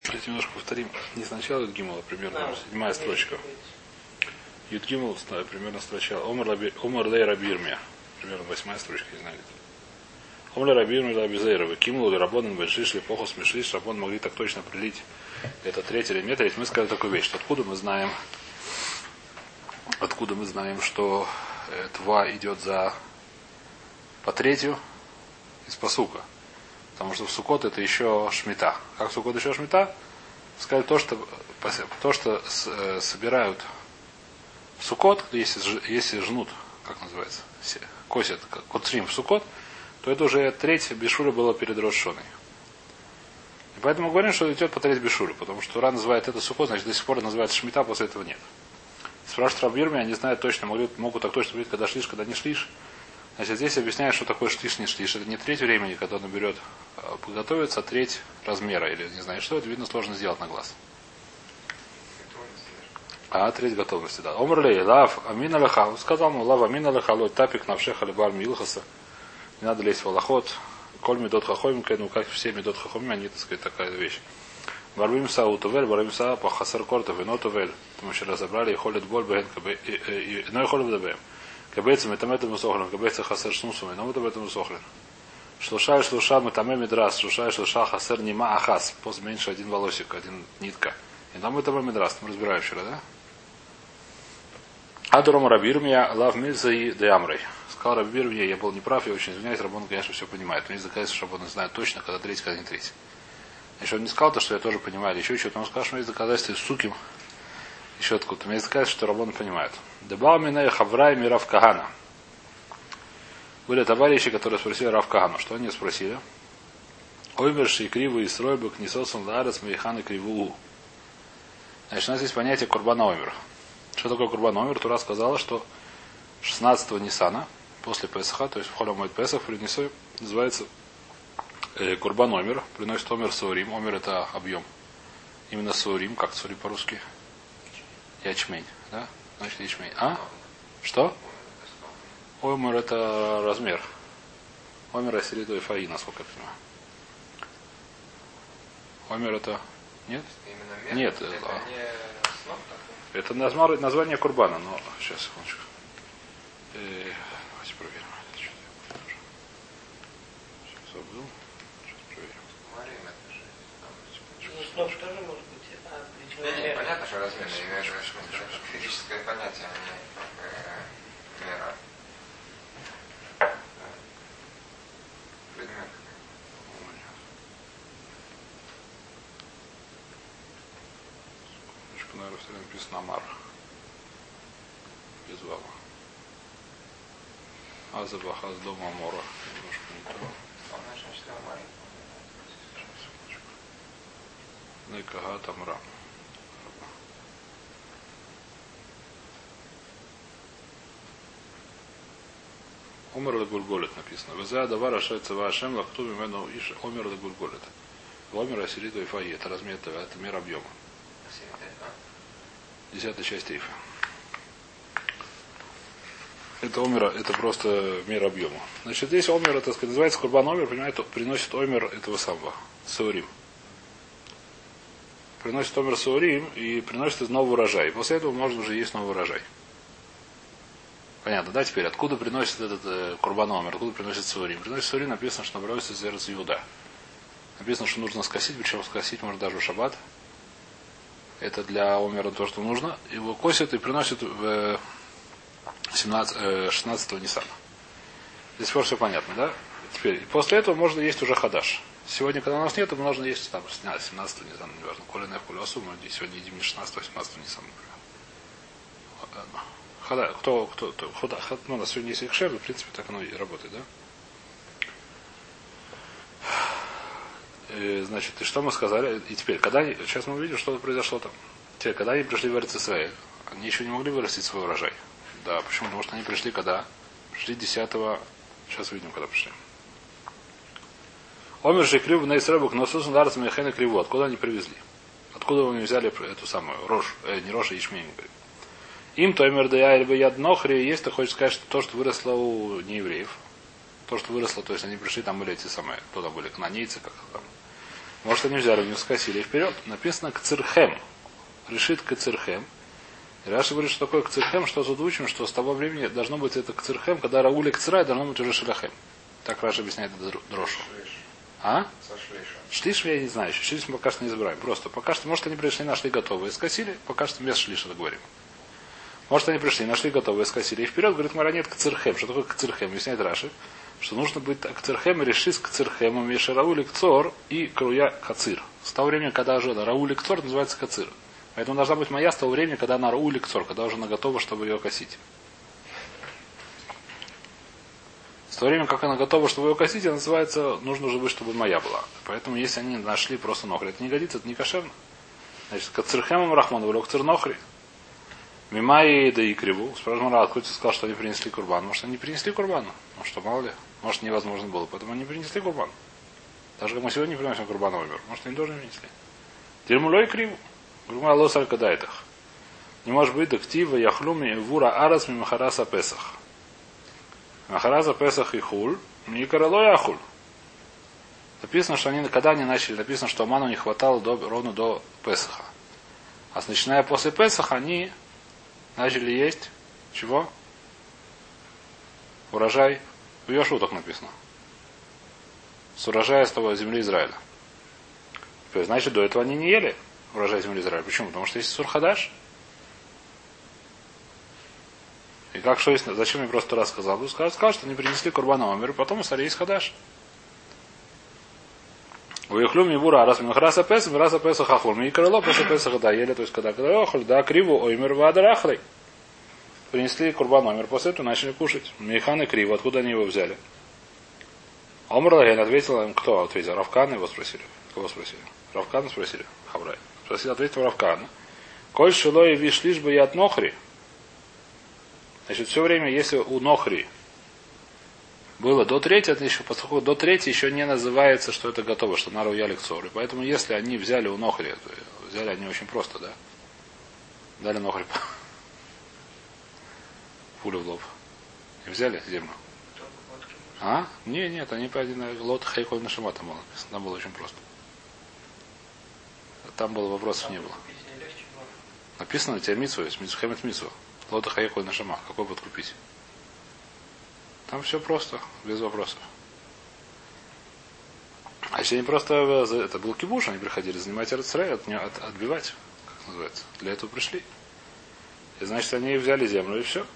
Давайте немножко повторим. Не сначала Юдгимова, примерно седьмая строчка. Юдгимов примерно сначала. Омар лей рабирмия. Примерно восьмая строчка, не знаю где-то. Омар лей рабирмия лабизейрова. Кимлу ли рабонан бельшиш ли поху смешлиш. Рабон могли так точно определить. Это третий элемент. Ведь мы сказали такую вещь, что откуда мы знаем, что тва идет по третью из пасука. Потому что в Суккот это еще шмита. Как в Суккот еще шмита? Сказали то, что собирают в Суккот, если жнут, как называется, косят, коцрим в Суккот, то это уже треть бешура была перед Рошоной. И поэтому мы говорим, что идет по треть бешура, потому что Тура называет это Суккот, значит до сих пор называется шмита, после этого нет. Спрашивают Рабирми, они знают точно, могут так точно говорить, когда шлиш, когда не шлиш. Значит, здесь объясняют, что такое шлиш, не шлиш. Это не треть времени, когда он берет подготовиться, а треть размера. Или не знаю что, это видно сложно сделать на глаз. Треть готовности, да. Омрлей, лав, амин алаха. Сказал ему, лав, амин алаха, лой, тапик, навшеха, либар, милхаса. Не надо лезть в алахот. Коль медот хахомим, ну как все медот хахомим, они, так сказать, такая вещь. Барбим сау тувель, барбим сау по хасар кортов, и но тувель. Мы еще разобрали, и холит боль, но и холит бдбэм. Кабейца метаметом усохлен, кабейца хасер шнусом, но метаметом усохлен. Шлуша метаме медрас, шлуша хасер нима ахас. Пост меньше один волосик, один нитка. И нам метаме медрас, мы разбираем вчера, да? Адуром Рабирмия лав мильза и деамрей. Сказал Рабирмия, я был неправ, я очень извиняюсь, Рабон, конечно, все понимает. Но есть доказательства, что Рабон знает точно, когда треть, когда не треть. Еще он не сказал то, что я тоже понимаю, или еще что-то. Он сказал, что есть доказательства из суким. Еще откуда-то. Мне сказать, что Рабон понимает. Дебалмина и Хаврай Мирав Кагана. Были товарищи, которые спросили Рав Кагану. Что они спросили? Оймерши и кривый сройбек несосом ларец мейхан и криву. Значит, у нас есть понятие Курбан Оймер. Что такое Курбан Оймер? Тура сказала, что 16-го Ниссана, после Песаха, то есть в Холе Моэд Песах, принесу, называется Курбан Оймер. Приносит Омер Саурим. Омер это объем. Именно Саурим, как Саурим по-русски? Ячмень, да? Значит, ячмень. Что? Омер это размер. Омер асеридо и фаи, насколько я понимаю. Омер это... Нет? Нет. Это название Курбана, но... Сейчас, секундочку. Давайте проверим. Сейчас забыл. Сейчас проверим. Понятно, что размер, я имею в виду, физическое понятие, а не мера. Предмет. Наверное, все время написано Амар. Без вала. Азабахаз дома Амора. Немножко не то. Некага Тамра. Омер ле гульголет написано. Веза давара шайца вашем лактуби мену иш омер ле гульголет. Омер асеридо и фаи. Это размер, это мер объема. 10-я часть рифа. Это омер, это просто мер объема. Значит, здесь омер, это называется Курбан Омер, понимаете, приносит омер этого самого, Саурим. Приносит омер Саурим и приносит из нового урожая. И после этого можно уже есть новый урожай. Понятно, да, теперь? Откуда приносит этот Курбан Омер? Откуда приносит Саурим? Приносит Саурим, написано, что набросится из Эрец Иуда. Написано, что нужно скосить, причем скосить можно даже в шаббат. Это для Омера то, что нужно. Его косят и приносят в 16-го Ниссана. До сих пор все понятно, да? Теперь, после этого можно есть уже хадаш. Сегодня, когда у нас нет, можно есть там 17-го Ниссана, неважно. Коленная кулиосу, мы сегодня едим не 16-го, а 17-го Ниссана, например. Кто, у нас сегодня есть экшер, в принципе, так оно и работает, да? Значит, и что мы сказали? И теперь, сейчас мы увидим, что произошло там. Теперь, когда они пришли в Эрец Исраэль, они еще не могли вырастить свой урожай. Да, почему? Потому что они пришли когда? Пришли 10-го, сейчас увидим, когда пришли. Омер же криву на Исребук, но Сусан Ларц Мехена криву. Откуда они привезли? Откуда они взяли эту самую рожь, не рожь, а ячмень, говорит. Им то МРДА или яд нохри, есть, ты хочешь сказать, что то, что выросло у неевреев, то, что выросло, то есть они пришли, там были эти самые, кто там были, канонейцы, как там, Может, они взяли, у них скосили и вперед. Написано кцирхем. Решит кцирхем. И Раши говорит, что такое кцирхем, что тут учим, что с того времени должно быть это кцирхем, когда раули кцира, должно быть уже шляхем. Так Раши объясняет это дрошу. А? Шлиш я не знаю еще. Шлиш мы пока что не избираем. Просто пока что, может, они пришли, нашли готовые, скосили, пока что без шлиша говорим. Может, они пришли, нашли готовые, скосили. И вперед, говорит, Маранет кцирхем. Что такое кцирхем? Объясняет Раши, что нужно быть кцирхем и решить с кцирхемом, и раули кцор и круя кацир. С того времени, когда уже раули кцор называется кацир. Поэтому должна быть моя с того времени, когда она раули кцор, когда уже она готова, чтобы ее косить. С того времени, как она готова, чтобы ее косить, она называется, нужно уже быть, чтобы моя была. Поэтому, если они нашли просто нохри, это не годится, это не кошерно. Значит, кацирхемом рахман, валек цирнохри. Мимай да и криву. Спрашиваем, откуда ты сказал, что они принесли курбан? Может, они не принесли курбан? Ну что, мало ли. Может, невозможно было, поэтому они принесли курбан. Даже как мы сегодня не приносим курбан умер. Может, они тоже принесли. Тирмулой криву. Грума лос аль-кадайтах. Не может быть дактива яхлуми вура арас мимахараса песах. Махараза песах и хуль. Не королой ахуль. Написано, что они, когда они начали, написано, что ману не хватало ровно до Песаха. А начиная после Песаха, они начали есть чего? Урожай. В Йошу так написано. С урожая с того земли Израиля. Значит, до этого они не ели урожай земли Израиля. Почему? Потому что есть Сурхадаш. И как что есть, зачем я просто раз сказал? Сказал, что они принесли Курбан Омер, потом стали есть Хадаш. Уехлю мивура раз минохраса песах, раса песах ахул. И крыло после песаха да ели, то есть когда охоль, да криву, оймер вадарахлей. Принесли Курбан Омер, после этого начали кушать. Мейхан и криво, откуда они его взяли? Омр Лаген ответил им, кто ответил? Равкана его спросили. Кого спросили? Равкана спросили? Хаврай. Спросили, ответил Равкана. Коль шилой виш лишь бы я от Нохри. Значит, все время, если у Нохри было до третьей, это еще, поскольку до третьей еще не называется, что это готово, что нару яли кцор. Поэтому, если они взяли у Нохри, взяли они очень просто, да? Дали Нохри пулю в лоб. И взяли землю. А? Нет, они по один лот хайколь на шама там было написано. Там было очень просто. Там было вопросов не было. Написано, у тебя митсва есть, митсухемет митсва. Лота хайколь на шама. Какой подкупить? Там все просто, без вопросов. А если они просто, это был кибуш, они приходили занимать Эрцрей, отбивать, как называется. Для этого пришли. И значит, они взяли землю и все.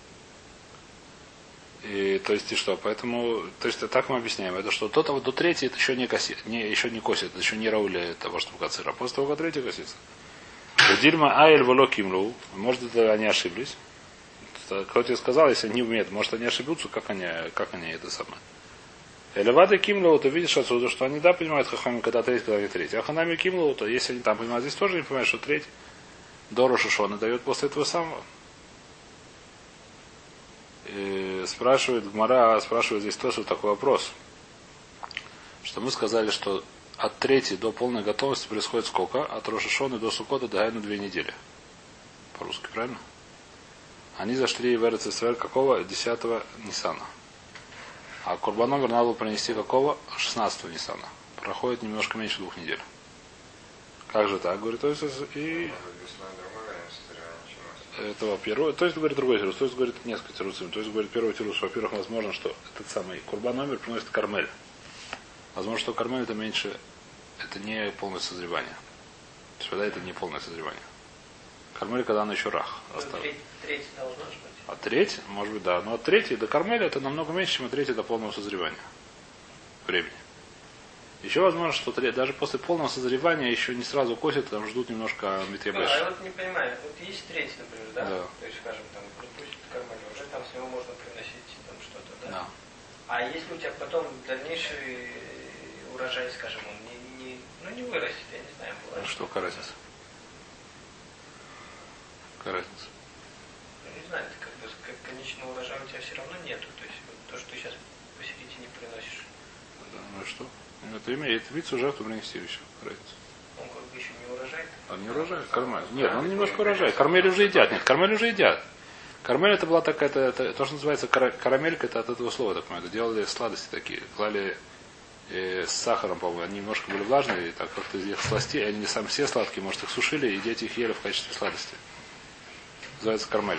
И то есть и что? Поэтому, то есть так мы объясняем, это что до третьей это еще не косит, еще не косит, это еще не рауля того, что кацира. А после того, как третья косится. Дильма айль воло кимлу, может это они ошиблись. Кто тебе сказал, если они умеют, может они ошибутся, как они это самое. Элевады кимлу, то видишь отсюда, что они да понимают хахами, когда треть, когда не треть. А ханами кимлу, то если они там понимают, здесь тоже не понимают, что треть до Рош ха-Шана дает после этого самого. И спрашивает Гмара, спрашивает здесь тоже такой вопрос. Что мы сказали, что от третьей до полной готовности происходит сколько? От Рош ха-Шаны до Суккота до на 2 недели. По-русски, правильно? Они зашли в Эрец Исраэль какого? 10-го Ниссана. А Курбан Омер надо было принести какого? 16-го Ниссана. Проходит немножко меньше 2 недель. Как же так? Говорит, то есть и... этого первого, то есть говорит другой тирус, то есть говорит несколько тирусов, то есть говорит первый тирус, во-первых, возможно, что этот самый Курбан Омер приносит кармель. Возможно, что кармель это меньше, это не полное созревание. То есть вода это не полное созревание. Кармель, когда она еще рах. Треть должна быть. А треть, может быть, да. Но от третьей до кармеля это намного меньше, чем от третьей до полного созревания. Времени. Еще возможно, что даже после полного созревания еще не сразу косят, там ждут немножко метребэш. Я вот не понимаю, вот есть треть, например, да? Да. То есть, скажем, там, пропустит кармель, уже там с него можно приносить там что-то, да? Да. А если у тебя потом дальнейший урожай, скажем, он не вырастет, я не знаю, бывает. Что, какая разница? Какая разница? Не знаю, ты как конечного урожая у тебя все равно нету. То есть вот то, что ты сейчас посередине приносишь. Да, ну и что? Это имеет вид жертву принести еще. Разница. Он как бы еще не урожай. А не урожай? Кармель. Нет, он немножко урожай. Кармель уже едят. Нет, кармель уже едят. Кармель это была такая, это то, что называется карамелька, это от этого слова, так понимаю. Это делали сладости такие. Клали с сахаром, по-моему, они немножко были влажные, так как-то их сластили, они не сам все сладкие, может их сушили, и дети их ели в качестве сладости. Называется кармель.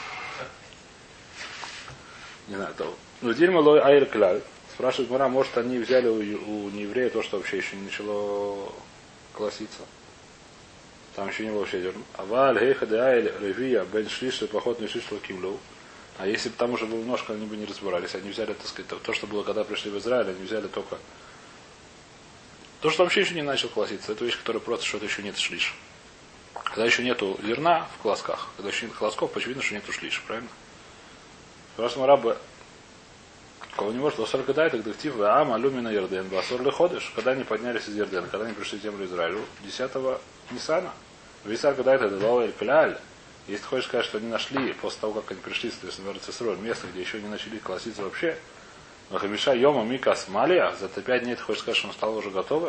Не знаю, то. Ну, Дильма лой айр кляль. Спрашивает Мара, может они взяли у нееврея то, что вообще еще не начало колоситься. Там еще не было вообще зерна. Аваль, гейха де айль, ревия, бен шлиш, поход не шлиш, кимлоу. А если бы там уже было немножко, они бы не разбирались. Они взяли, так сказать, то, что было, когда пришли в Израиль, они взяли только то, что вообще еще не начал колоситься. Это вещь, которая просто что-то еще нет шлиш. Когда еще нету зерна в колосках, когда еще нет колосков, очевидно, что нету шлиш, правильно? Спрашиваем раба, кого не может, лосар гадай, так дактив, ам, алюмина Ярден, басор леходыш, когда они поднялись из Ярдена, когда они пришли в землю Израилю, 10-го Ниссана. Висар гадай, это Лауэль Пеляль. Если ты хочешь сказать, что они нашли, после того, как они пришли, соответственно, в Эрцисроль, место, где еще не начали колоситься вообще, Махамиша Йома Микас Малия, за 5 дней ты хочешь сказать, что он стал уже готовым?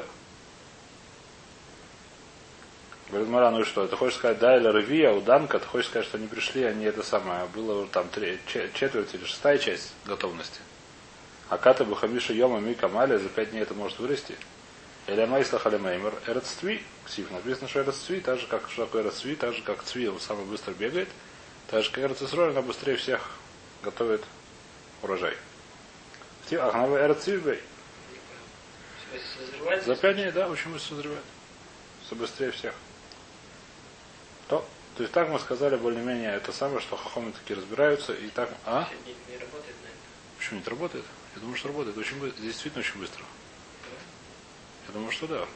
Говорит Мара, ну и что? Ты хочешь сказать, да, или Ревия, Уданка, ты хочешь сказать, что они пришли, они это самое, было там четверть или 6-я часть готовности. А Ката Бухамиша Йома Мика Малия за 5 дней это может вырасти. Или Майсла Халемеймер, Эрццви, Ксив, написано, что Эрццви, так же, как что такое Эрццви, так же, как Цви, он самый быстро бегает, так же, как Эрцисроль, она быстрее всех готовит урожай. Ахнава Эрццви бей. За 5 дней, да, очень быстро созревает. Все быстрее всех. То есть так мы сказали более-менее это самое, что хахомы такие разбираются, и так. А? Не работает, наверное. Почему не работает? Я думаю, что работает. Очень быстро. Здесь действительно очень быстро. Я думаю, что да.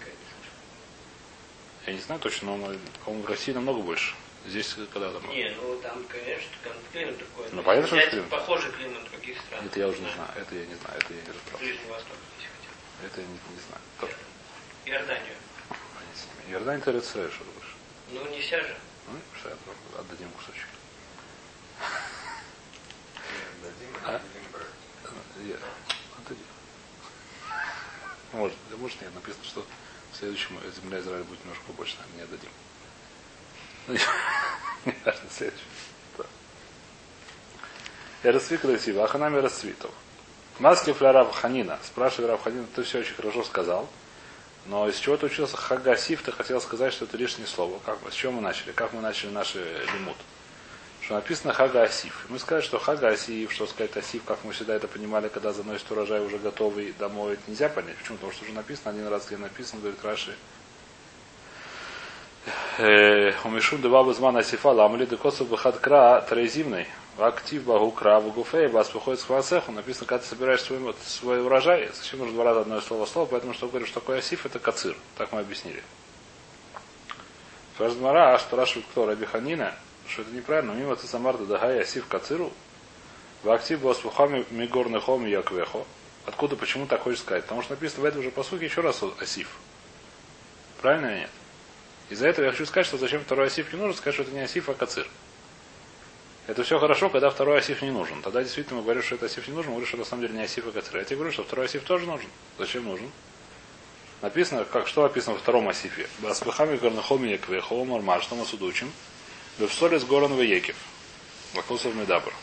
Я не знаю точно, но, по-моему, в России намного больше. Здесь когда там. Не, ну там, конечно, там климат такой. Ну, понятно, что климат. Похожий климат в других странах. Это я уже не знаю. Это я не знаю. Это я не разбирался. Ближний Восток, если хотел. Это я не знаю. Кто? Иорданию. Иордания это Рецрей, что думаешь? Ну, не вся же. Ну, что отдадим кусочек. Отдадим. Может, нет, написано, что в следующем земля Израиля будет немножко побольше, наверное, не отдадим. Не важно, следующий. Эрцвик Ресива, Аханами Расцвитов. Маслив Рав Ханина. Спрашивает Рав Ханина, ты все очень хорошо сказал. Но из чего ты учился Хагасиф, ты хотел сказать, что это лишнее слово. С чего мы начали? Как мы начали наш лимут? Что написано Хагасиф. Мы сказали, что Хагасиф, что сказать Асиф, как мы всегда это понимали, когда заносит урожай уже готовый домой, это нельзя понять. Почему? Потому что уже написано, один раз где написано, говорит Раши. Умешун дева зман асифа ламли декосу бахаткра трезимный. Актив багукра багуфей вас выходит с хвасеху. Написано, когда ты собираешь свой урожай, зачем нужно 2 раза одно слово, поэтому что говоришь, что такое асиф, это кацир. Так мы объяснили. Фаздмара, спрашивает кто, Раби Ханина, что это неправильно. Мимо ты самарда дагай асиф кациру. В актив баспухами мигорныхом яквехо. Откуда, почему так хочешь сказать? Потому что написано в этом же посуке еще раз асиф. Правильно или нет? Из-за этого я хочу сказать, что зачем второй асиф не нужен, сказать, что это не асиф, а кацир. Это все хорошо, когда второй асиф не нужен. Тогда действительно мы говорим, что это асиф не нужен, мы говорим, что это на самом деле не асиф, а кацир. Я тебе говорю, что второй асиф тоже нужен. Зачем нужен? Написано, что написано во втором асифе. Баспахами горнахоми яквехо мармар, что мы отсюда учим. Бевсоли с горон векев. Вакусов медабр.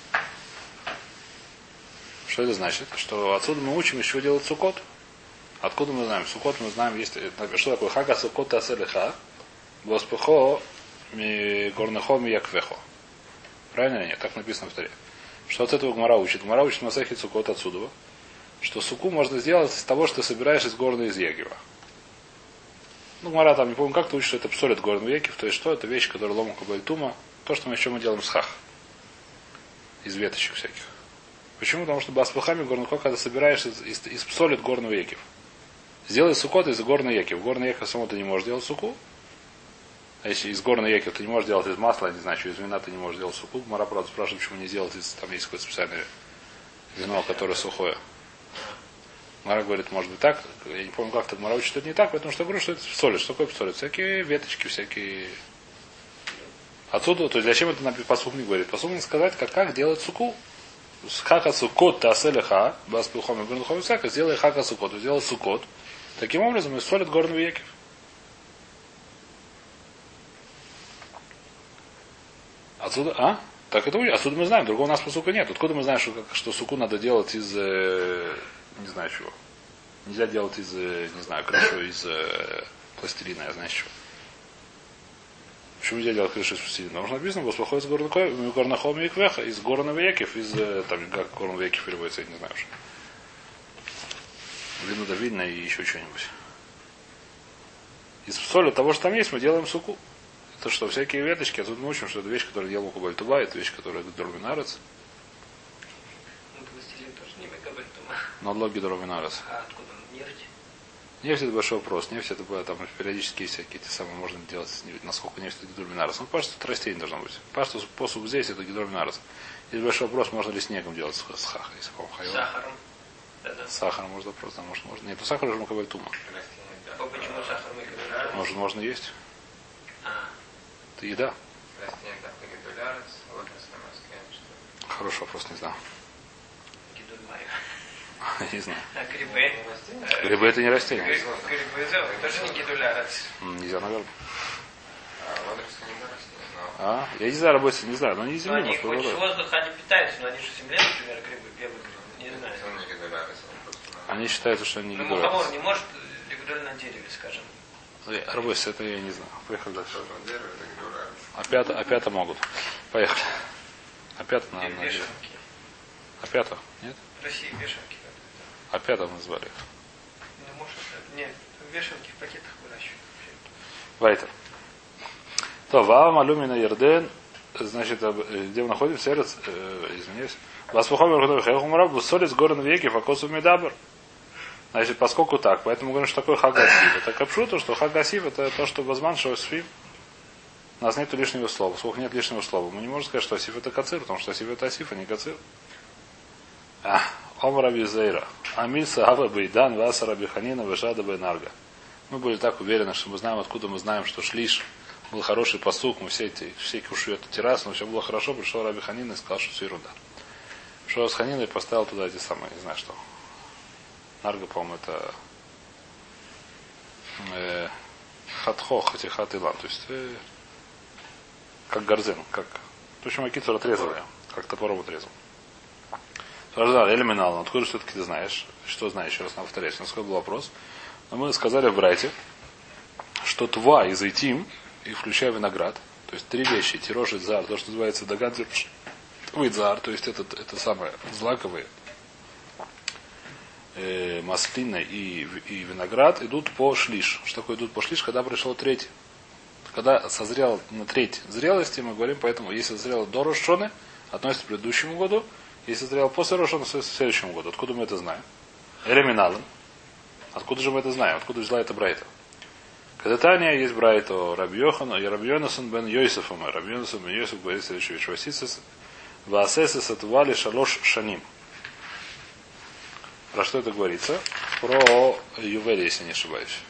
Что это значит? Что отсюда мы учим еще делать сукот. Откуда мы знаем? Сукот мы знаем, есть. Что такое хага сукот таселиха? Баспахо горнахоми яквехо. Правильно или нет? Так написано в Торе. Что от этого Гмара учит? Гмара учит Масахи Цукот отсюда. Что суку можно сделать из того, что собираешь из горна из Егева. Ну, Гмара там, не помню, как ты учишь, что это псолит горн Егев. То есть что? Это вещь, которая лома кабальтума. То, что мы еще мы делаем с хах. Из веточек всяких. Почему? Потому что баспахами горнухо, когда собираешь из псолит горного Егев. Сделай сукот из горна Егев. Горный Егев само ты не можешь делать суку. А если из горной еки ты не можешь делать из масла, не знаю, что из вина ты не можешь делать суку. Мара, правда, спрашивает, почему не сделать из... Там есть какое-то специальное вино, которое сухое. Мара говорит, может быть так. Я не помню, как так Мара учит, что это не так, потому что я говорю, что это псолит. Что такое псолит? Всякие веточки, всякие... Отсюда, то есть зачем это посух не говорит? Посух не сказать, как делать суку. Хака сукот таселеха, баспилхом и гурнухом всяко, сделай хака сукот, сделай сукот. Таким образом, из солит горный векев. Отсюда, Так это отсюда мы знаем, другого у нас по суку нет. Откуда мы знаем, что суку надо делать из, не знаю чего. Нельзя делать из, не знаю, крышу из пластилина, я знаю, чего. Почему нельзя делать крышу из пластилина? Потому что написано, было плохое из горнахом и квеха, из горного векев, из, там, как горного векев переводится, я не знаю уже. Видно, да видно и еще что-нибудь. Из соли того, что там есть, мы делаем суку. Это что, всякие веточки, а тут мы учим, что это вещь, которую делал Мукабальтуба, это вещь, которая Дорвинарец. Ну, пластилин тоже не Мукабальтуба. Но логи Дорвинарец. А откуда он? Нефть? Нефть это большой вопрос. Нефть это было там периодически всякие те самые можно делать, насколько нефть это гидроминарец. Ну, пашту это растение должно быть. Пашту способ здесь это гидроминарец. Есть большой вопрос, можно ли снегом делать с хахой, если С сахаром. Да-да. С сахаром можно просто, может можно. Нет, ну сахар уже Мукабальтума. А почему сахар Мукабальтума? Может, можно есть. А. Это еда. Растение как гидулярец, отрасль морская, что Хороший вопрос, не знаю. Гидуль Не знаю. А грибы? Грибы это не растение. Грибы тоже не гидулярец. Нельзя, наверное. отрасль не растение, но Я не знаю, работать, не знаю, но не Но земля, они может, хоть с природа. воздуха они питаются, но они же в земле, например, грибы, белые грибы. Не знаю. он не гидулярец, он просто Они считают, что они не Ну, гидоль. мухомор не может гидуль на дереве, скажем. Работать, это я не знаю. Поехали дальше. на дереве, это гидулярец. Опята могут. Поехали. Опята на Или вешенки. Опята? Нет? В России вешенки. Опята назвали их. Ну, может, нет, вешенки в пакетах выращивают. Вайтер. То, Ваам Алюмина Ерден, значит, где мы находимся, извиняюсь. Васпухомер Худой Хехумраб, Бусолец Горн Веки, Факосу Медабр. Значит, поскольку так, поэтому говорим, что такое Хагасив. Это капшута, что Хагасив это то, что Базман Шоусфим. У нас нет лишнего слова. Сколько нет лишнего слова. Мы не можем сказать, что Асиф это Кацир, потому что Асиф это Асиф, а не Кацир. Омра Бизейра. Амиль Саава Бейдан, Васара Биханина, Вешада Бейнарга. Мы были так уверены, что мы знаем, откуда мы знаем, что Шлиш был хороший посук, мы все ушли эту террасу, но все было хорошо, пришел Раби Ханин и сказал, что все ерунда. Пришел с Ханиной и поставил туда эти самые, не знаю что. Нарга, по-моему, это хатхох, эти хатилан, то есть как горзин, как. В общем, Акицур отрезал ее, как топором отрезал. Спрашивали, элеминал, откуда все-таки ты знаешь? Что знаешь? Еще раз нам повторяю. У нас какой был вопрос. Но мы сказали в Брайте, что тва и зайтим, и включая виноград, то есть три вещи, тирож и зар, то, что называется дагадзир, зар, то есть это самое злаковые, маслина и виноград идут по шлиш. Что такое идут по шлиш? Когда пришел третий. Когда созрел на треть зрелости, мы говорим, поэтому если созрело до Рошоны, относится к предыдущему году, если созрело после Рошоны, относится к следующему году. Откуда мы это знаем? Элеминалом. Откуда же мы это знаем? Откуда взяла это Брайта? Когда Таня есть Брайто Рабьохан, и Рабьонасон бен Йосифом, и Рабьонасон бен Йосиф говорит следующую вещь. Васисес, Ваасесес отвали шалош шаним. Про что это говорится? Про Ювель, если не ошибаюсь.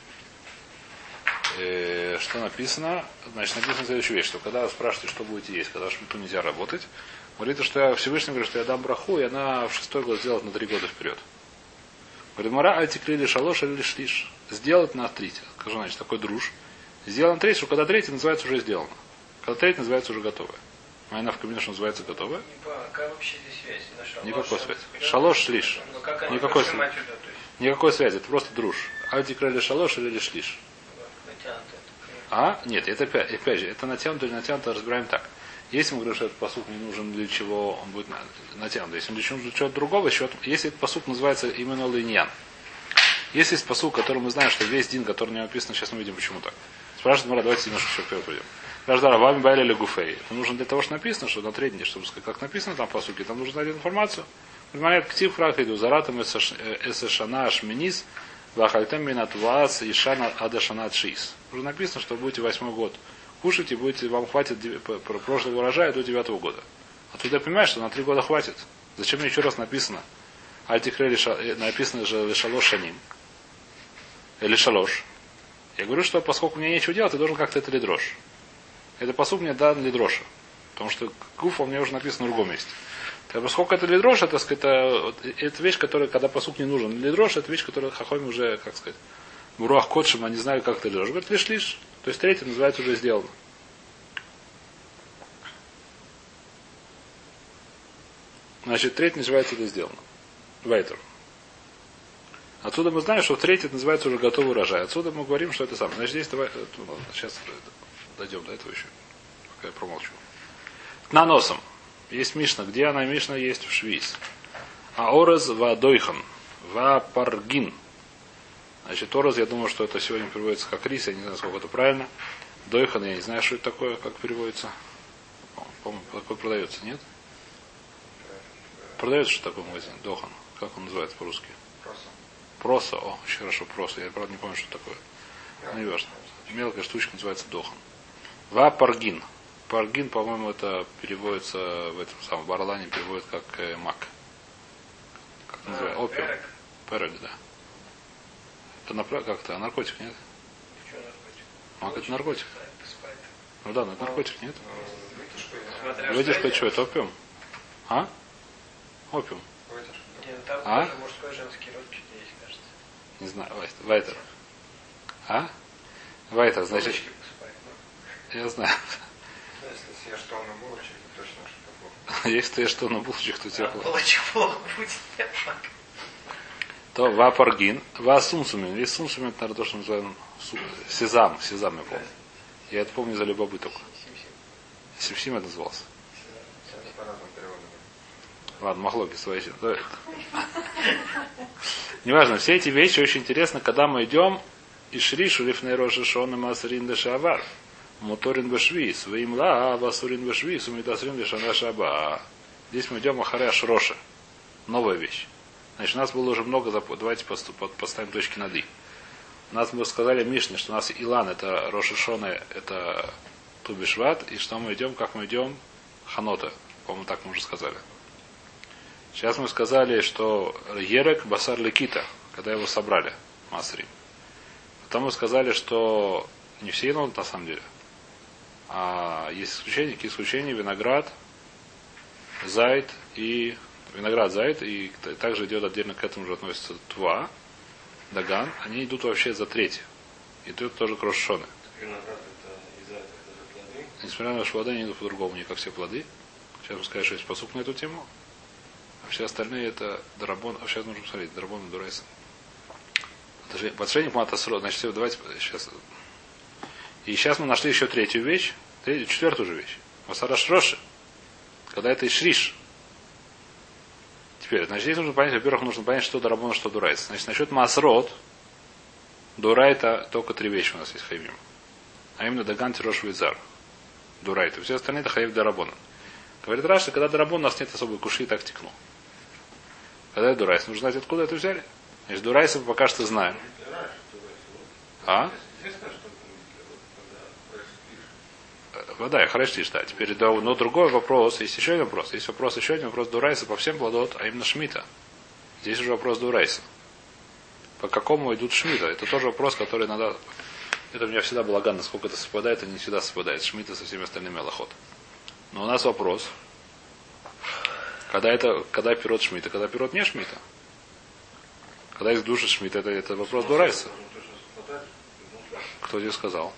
Что написано? Значит, написано следующую вещь, что когда вы спрашиваете, что будете есть, когда шмиту нельзя работать, говорится, что я Всевышний говорю, что я дам браху, и она в 6-й год сделает на 3 года вперед. Говорит, Мара, альтикрили шалош или шлиш. Сделать на треть. Скажу, значит, такой друж. Сделан на треть, что когда третий называется уже сделано. Когда третий называется уже готовое. Майна в кабинете, что называется готовое. Какая вообще здесь связь? На шалош, Никакой связи. Шалош, шлиш. Ну, как они Никакой связи. сюда, то есть? Никакой связи, это просто друж. Альтикрили шалош или шлиш. Нет, это опять же, это натянуто или натянуто, разбираем так. Если мы говорим, что этот посуд не нужен для чего, он будет натянут. Если он для чего-то другого, еще, если этот посуд называется именно линьян. Если есть посуд, который мы знаем, что весь день, который не написан, сейчас мы видим, почему так. Спрашивает Мара, давайте немножко еще вперед пойдем. Граждана, вами байли или гуфей. Это нужно для того, что написано, что на третий день, чтобы сказать, как написано там в посуке, там нужно найти информацию. Говорят, ктив фрахиду, заратам эсэшана ашминис, вахальтем минат ваас и шана адашанат шис. Уже написано, что будете 8-й год кушать, и будете, вам хватит прошлого урожая до 9-го года. А тут я понимаю, что на 3 года хватит. Зачем мне еще раз написано? Альтикрели написано же шалош шаним. Или шалош. Я говорю, что поскольку мне нечего делать, я должен как-то это лидрош. Это посуд мне дан лидроша. Потому что гуфа у меня уже написано в другом месте. Так, поскольку это лидрош, это вещь, которая, когда посуд не нужен. Лидрош, это вещь, которая хахоми уже, как сказать, в руах котшем, а не знаю, как это лидрош. Говорит, лишь. То есть третий называется уже сделано. Значит, третий называется это сделано. Вайтер. Отсюда мы знаем, что в третий это называется уже готовый урожай. Отсюда мы говорим, что это самое. Значит, здесь давай. Сейчас дойдем до этого еще. Пока я промолчу. Наносом. Есть Мишна. Где она Мишна есть в Швиз? Аорез вадойхан. Вапаргин. Значит, орез, я думаю, что это сегодня переводится как рис, я не знаю, сколько это правильно. Дойхан, я не знаю, что это такое, как переводится. По-моему, такой продается, нет? Продается что такое в магазине? Дохан. Как он называется по-русски? Проса. О, очень хорошо, проса. Я, правда, не помню, что такое. Ну, не важно. Мелкая штучка называется дохан. Вапаргин. Паргин, по-моему, это переводится в этом самом Барлане, переводит как мак. Как называется? Опиум. Перек, да. Это как-то наркотик, нет? Мак это наркотик. Ну да, но это наркотик, нет? Выдержка что, это опиум? А? Опиум. Там А? тоже мужской, женский род есть, кажется. Не знаю, Вайтер. А? Вайтер, значит. Я знаю. Если съешь тонну булочек, то точно что-то плохо. Если съешь тонну булочек, то тебе плохо. Булочек плохо будет. То вапаргин, васумсумин. Весь сумсумин, это, наверное, то, что называем сезам. Сезам, я помню. Я это помню за любобы только. Симсим это назывался. Ладно, махлоки свои. Неважно, все эти вещи очень интересны, когда мы идем и шришу лифней роши шона масрин дешавар. Моторин бешвис. Вимла басурин бешвис. Умитасрин дешана шаба. Здесь мы идем ахаре ашроша. Новая вещь. Значит, у нас было уже много запов. Давайте поставим точки над «и». У нас мы сказали Мишне, что у нас Илан это Рош ха-Шана, это Тубишват, и что мы идем, как мы идем, Ханота. По-моему, так мы уже сказали. Сейчас мы сказали, что Ерек Басар Лекита, когда его собрали, Масри. Потом мы сказали, что не все Илон на самом деле. А есть исключения, какие исключения, виноград, зайд и виноград зайд, и также идет отдельно к этому же относится Тва, Даган, они идут вообще за треть. Идут тоже к Рош ха-Шане. Виноград это и зайд, это же плоды. Несмотря на то, что плоды они идут по-другому, не как все плоды. Сейчас мы скажем, что есть посук на эту тему. А все остальные это Дарабон. А сейчас нужно посмотреть, Дарабон и Дурайс. Подшейник Матасро. Значит, давайте сейчас. И сейчас мы нашли еще третью вещь, четвертую же вещь. Масараш Роши. Когда это Ишриш. Теперь, значит, здесь нужно понять, во-первых, нужно понять, что Дарабон, что Дурайс. Значит, насчет Масрот, Дурайта только три вещи у нас есть хайвим. А именно Даган, Тирош, Визар. Дурайта. Все остальные это хайв Дарабона. Говорит Раши, когда Дарабон у нас нет особой куши, и так текну. Когда это Дурайс, нужно знать, откуда это взяли. Значит, Дурайса мы пока что знаем. А? Да, я хорошо да. Теперь, да, но другой вопрос, есть еще один вопрос. Есть вопрос, еще один вопрос Дурайса по всем плодот, а именно Шмита. Здесь уже вопрос Дурайса. По какому идут Шмита? Это тоже вопрос, который надо... Это у меня всегда балаган, насколько это совпадает, и не всегда совпадает. Шмита со всеми остальными алахот. Но у нас вопрос. Когда пирот Шмита, когда пирот не Шмита? Когда есть душа Шмита, это вопрос Дурайса. Кто тебе сказал?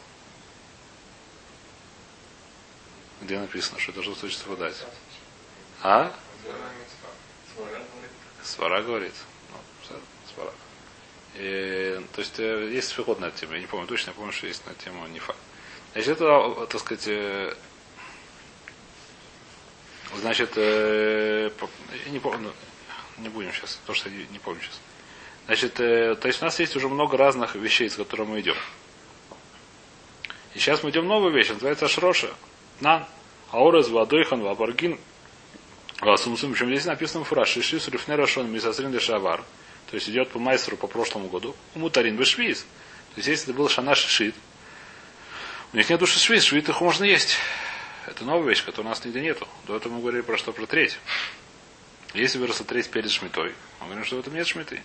Где написано, что это должно совпадать? А? Свара говорит. Свара. То есть есть спеход на эту тему. Я не помню точно, я помню, что есть на эту тему не факт. Значит, это, так сказать, значит, я не помню, не будем сейчас, потому что я не помню сейчас. Значит, то есть у нас есть уже много разных вещей, с которыми мы идем. И сейчас мы идем новую вещь, называется Ашроша. Нан. Аорез, Вадойхан, Вабаргин, Васумсум. Причем здесь написано фураж. Шишис, Рифнера, Шон, Мисасрин, Дешавар. То есть идет по майстеру по прошлому году. Мутарин, Бешвиз. То есть если это был Шана Шишит, у них нету Шишвиз, Швид их можно есть. Это новая вещь, которой у нас нигде нету. До этого мы говорили про что? Про треть. Если выросла треть перед Шмитой, мы говорим, что в этом нет Шмиты.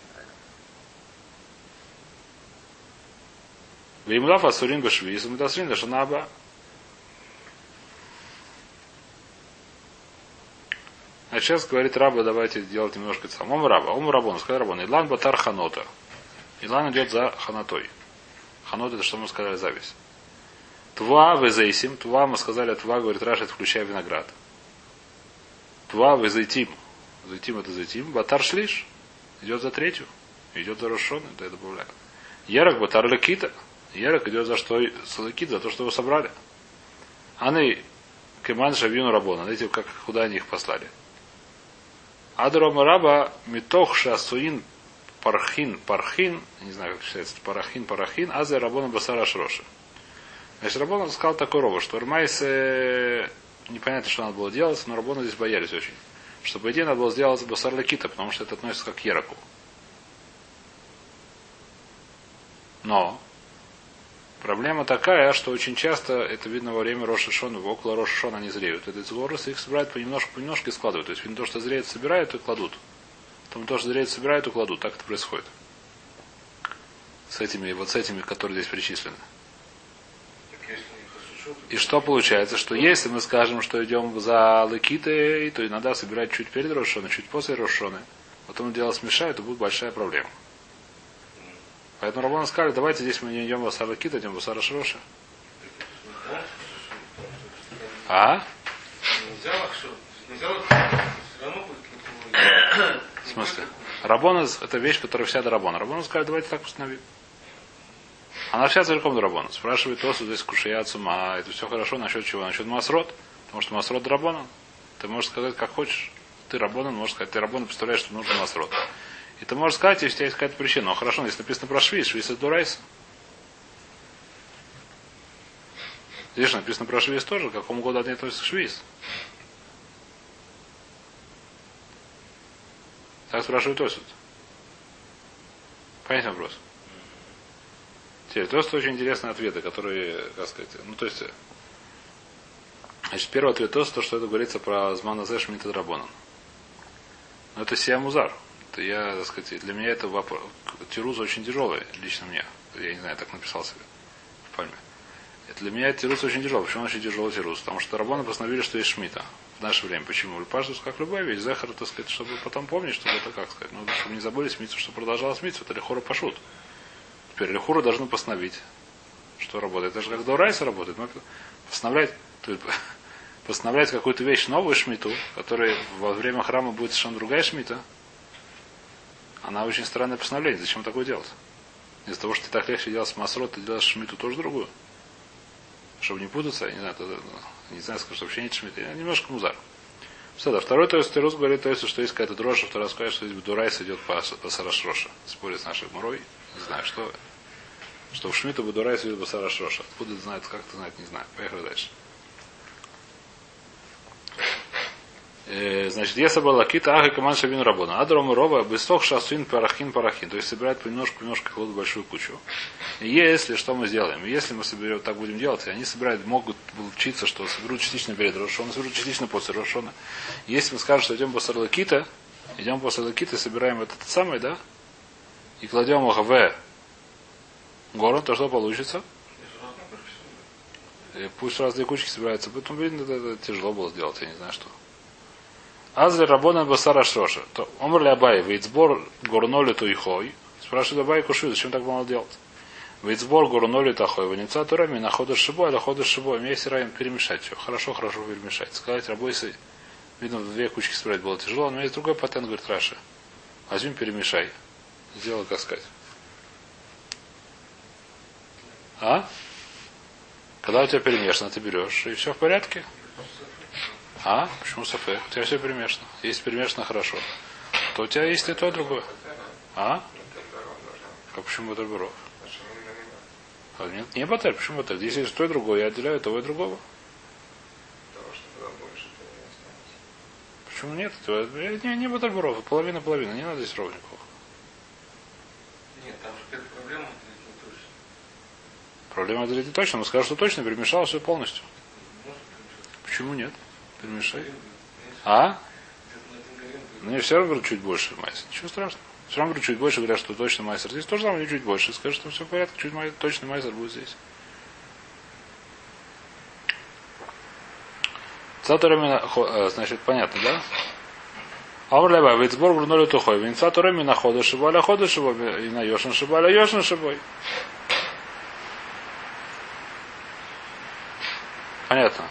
Вимлав Асурин Бешвиз, Мутасрин, Дешанаба. А сейчас говорит Раба, давайте делать немножко это самое. Ому Рабон, сказал Рабон. Илан Батар Ханота. Илан идет за Ханотой. Ханот это что мы сказали, зависть. Тва везейсим. Тва мы сказали, тва, говорит Раша, это включая виноград. Тва везейтим. Зейтим это зейтим. Батар шлиш. Идет за третью. идет за Рошон, это я добавляю. Ярок батар лекита. Ярок идет за что? Салакит, за то, что его собрали. Аны кеман шавину рабона. Знаете, куда они их послали? Адрома раба митох шасуин пархин, не знаю, как читается, парахин, аза рабона басара шроша. Значит, Рабон сказал такой робот, что Армайс непонятно, что надо было делать, но Рабоны здесь боялись очень. Что, по идее, надо было сделать басар лекита, потому что это относится как к ераку. Но проблема такая, что очень часто, это видно во время Роша Шона, около Роша Шона они зреют. Это волосы их собирают понемножку и складывают. То есть, видно, то, что зреет, собирают и кладут. Потом то, что зреет, собирают и кладут. Так это происходит. С этими, которые здесь перечислены. И что получается? Что если мы скажем, что идем за лекитой, то иногда собирать чуть перед Рошоной, чуть после Рошоны, потом дело смешают, то будет большая проблема. Поэтому Раббаны сказали, давайте здесь мы не идем в Асар лекита, идем в Асар Шроша. А? В смысле? Раббаны это вещь, которая вся до Раббана. Раббаны сказали, давайте так установим. Она вся целиком до Раббана. Спрашивает Тосу, здесь кушая цума, это все хорошо, насчет чего? Насчет Масрот. Потому что Масрот до Раббана. Ты можешь сказать, как хочешь. Ты Раббана, можешь сказать, ты Раббана представляешь, что нужно Масрот. И ты можешь сказать, если у тебя есть какая-то причина. Но хорошо, если написано про Швиз, Швиз это Дурайс. Здесь написано про Швиз тоже, к какому году они относятся к Швиз. Так спрашивает Тосут. Понятный вопрос? Теперь, Тосут очень интересные ответы, которые, как сказать, то есть, значит, первый ответ Тосут, то, что это говорится про Змана Зе Шмита Драбонан. Но это Сиамузар. Это я, так сказать, для меня это тируза очень тяжелый, лично мне. Я не знаю, так написал себе в пальме. Это для меня тирус очень тяжелый. Почему он очень тяжелый тирус? Потому что Раббаны постановили, что есть Шмита в наше время. Почему? Паштус, как любая вещь, Зехар, так сказать, чтобы потом помнить, чтобы это, как сказать, чтобы не забыли смиту, что продолжалось смиту, это Лехора Пашут. Теперь Лехора должны постановить, что работает. Это же как до Райса работает. Постановлять какую-то вещь, новую Шмиту, которая во время храма будет совершенно другая Шмита, она очень странное постановление. Зачем такое делать? Из-за того, что ты так легче делать с Масрот, ты делаешь Шмиту тоже другую. Чтобы не путаться, я не знаю, скажу, что вообще нет Шмита. Немножко музар. Все, второй Тойрус говорит, что есть какая-то дрожь, второй скажет, что здесь Дурайс идет по Сарашроша. Спорит с нашей Мурой. Не знаю, что в Шмиту Будурайс идет по Сарашроша. Откуда это знает, как это знает, не знаю. Поехали дальше. Значит, если была лакита, ага, команд шабин рабона. Адрому роба, бысток шасуин парахин. То есть собирают понемножку кладут большую кучу. И если что мы сделаем, если мы соберем, так будем делать, и они могут учиться, что соберут частично перед Рошона, соберут частично после Рошона. Если мы скажем, что идем после лакита, собираем этот самый, да, и кладем их в город, то что получится? И пусть разные кучки собираются. Поэтому, видно, это тяжело было сделать, я не знаю что. Азли Рабона Басара Шроша. То умерли Абай, Вейцбор Горноли Туйхой. Спрашивает Абай Куши, зачем так мало делать? Вейцбор Горноли Тахой. Венеца Турами находишь шибой, находишь шибой. Мне есть раем перемешать все. Хорошо перемешать. Сказать рабойсы, видно, две кучки собирать было тяжело, но есть другой патент, говорит Раша. Возьми, перемешай. Сделай, как сказать. А? Когда у тебя перемешано, ты берешь, и все в порядке? А? Почему сафек? У тебя все перемешано. Если перемешано хорошо, то у тебя есть и то, и другое. А? Как почему Батарбуров? Нет, не Батар, почему Батар? Если есть то и другое, я отделяю того и другого. Почему нет? Не Батарбуров, половина, не надо здесь ровников. Нет, там же какая-то проблема, это не точно. Проблема это не точно, но скажу, что точно перемешал все полностью. Почему нет? Перемешай. А? Мне все равно говорю чуть больше майсер. Ничего страшного. Все равно говорю чуть больше, говорят, что точно майсер. Здесь тоже самое, не чуть больше. Скажи, что все в порядке, чуть точно майсер будет здесь. Значит, понятно, да? Амрлеба, Вейцбор Гурноли Тухой. Винцаторами на ходу шибаля и на Йошин шибаля шибой. Понятно.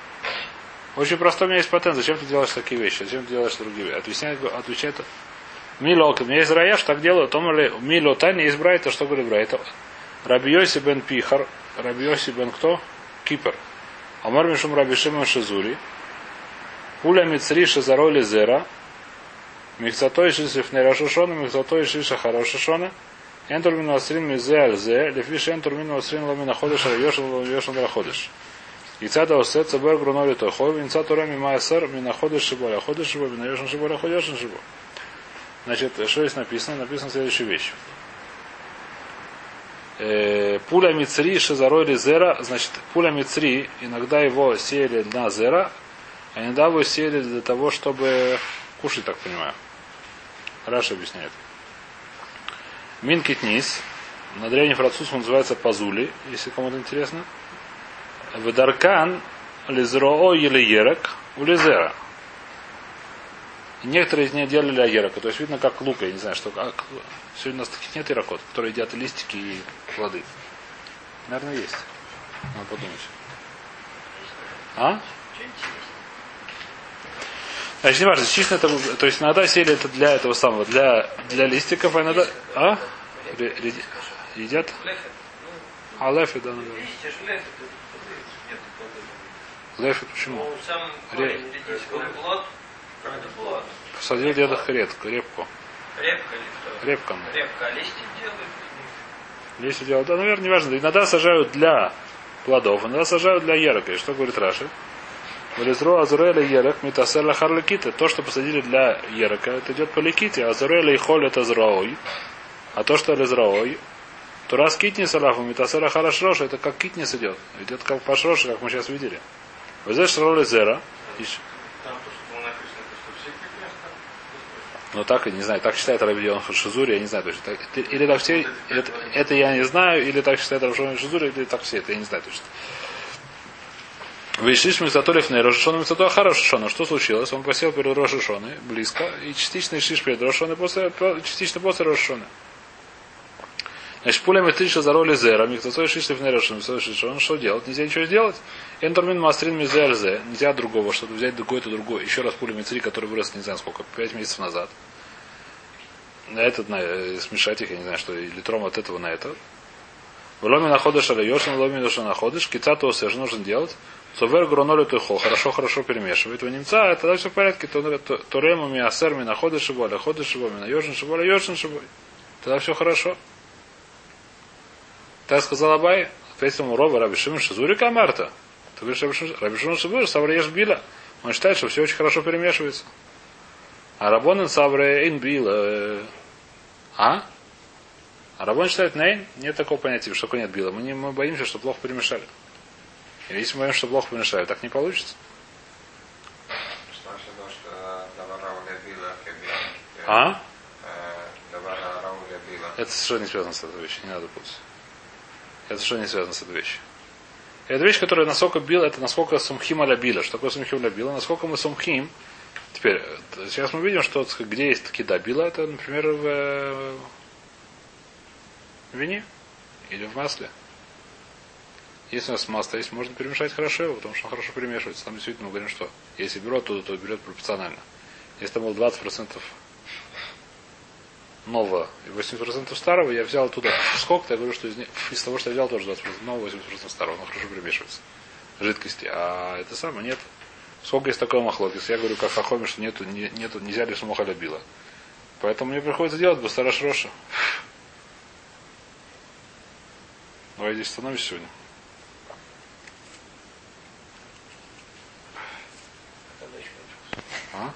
Очень просто у меня есть патент. Зачем ты делаешь такие вещи? Зачем ты делаешь другие вещи? Отвечает Мило, есть рая, что так делают. Томали мило тани есть брайта, что говорит брайта. Раби Йоси бен Пихар. Раби Йоси бен кто? Кипр. Амар мишум Раби Шимон Шизури. Пуля мицри шизароли зера. Михцатой шисиф нерашушона. Михцатой шиша хорошишона. Энтур мину асрин мизе альзе. Лефиш энтур мину асрин ламина ходыш. Йошан ходыш. Ицата осет цабер груноли тохой. Винца турами маасар мина ходыш шиболя. Ходыш шибо. Мина йошан шиболя. Ходешан шибо. Значит, что здесь написано? Написано следующая вещь. Пуля мицри шизарой зера. Значит, пуля мицри, иногда его сеяли на зера, а иногда его сеяли для того, чтобы кушать, так понимаю. Раша объясняет. Минкитнис. На древнефранцузском называется пазули, если кому-то интересно. Ведаркан лизроо или ерек у лизера. Некоторые из них делали аерака, то есть видно как лука, я не знаю, что. Сегодня у нас таких нет иракот, которые едят листики и плоды. Наверное, есть. Надо подумать. А? Значит, не важно, чисто это, то есть иногда сели это для этого самого, для листиков, а иногда. А? Едят? А лефи, да, наверное. Лефи почему? Посадил дедах репку. Репка или что? Репка. Репка, а листья делают? Листья делают, да, наверное, неважно. Иногда сажают для плодов, иногда сажают для ерека. И что говорит Раши? Вализро азуреля ерек митасерля харликита. То, что посадили для ерека, это идет по ликите. Азуреля и холь это зраой. А то, что лизраой, то раз китнис алафу митасерля харашроша, это как китнис идет. Идет как пашроша, как мы сейчас видели. Везеш роли зера. Ну так, не знаю, так считает Раби Йон Шизури, я не знаю точно. Или так все, это я не знаю, или так считает Раби Йон Шизури, или так все, это я не знаю точно. Вышиш Мицатолев на Рошишону, Мицато Харошишону. Что случилось? Он посел перед Рошишоной, близко, и частично шиш перед Рошишоной, частично после Рошишоны. Значит, пулями тысяча за роли зера, Мицато шишлив на Рошишону, что делать? Нельзя ничего сделать. Энтормин мастрин мизерзе. Нельзя другого, что-то взять другое-то другое. Еще раз пуля мицри, который вырос, не знаю сколько, 5 месяцев назад. На этот, смешать их, я не знаю, что литром от этого на это. В ломе находишь алайошин, в ломе находишь, кицату осэж нужно делать. Совер гроноли тухо, хорошо перемешивает. В немца, это тогда все в порядке. Турему миасер ми находишь его, аля ходишь его, ми наешин шибо, аля йошин шибо. Тогда все хорошо. Так сказал Абай, ответил ему Рова, Раби Шимон Шизури Камарта. Ты говоришь, Раби Шимон Шизури, Саврееш Биля. Он считает, что все очень хорошо перемешивается. А Рабонен Савреин Била. А Рабон считает, нет такого понятия, что нет Била. Мы боимся, что плохо перемешали. И если мы боимся, что плохо перемешали, так не получится. А? Это совершенно не связано с этой вещью, не надо путать. Это совершенно не связано с этой вещью. Это вещь, которая насколько била, это насколько сумхим аля била. Что такое сумхим аля била? Насколько мы сумхим. Теперь, сейчас мы видим, что где есть кида била, это, например, в вине или в масле. Если у нас масло есть, можно перемешать хорошо его, потому что он хорошо перемешивается. Там действительно мы говорим, что если берет оттуда, то берет пропорционально. Если там было 20% нового и 80% старого, я взял оттуда сколько-то, я говорю, что из того, что я взял, тоже 20% нового, 80% старого, но хорошо перемешивается. Жидкости. А это самое нет. Сколько есть такой махлокис? Я говорю, как хахоми, что нету, нельзя ли смуха любила. Поэтому мне приходится делать бастараш роша. Давай здесь становимся сегодня.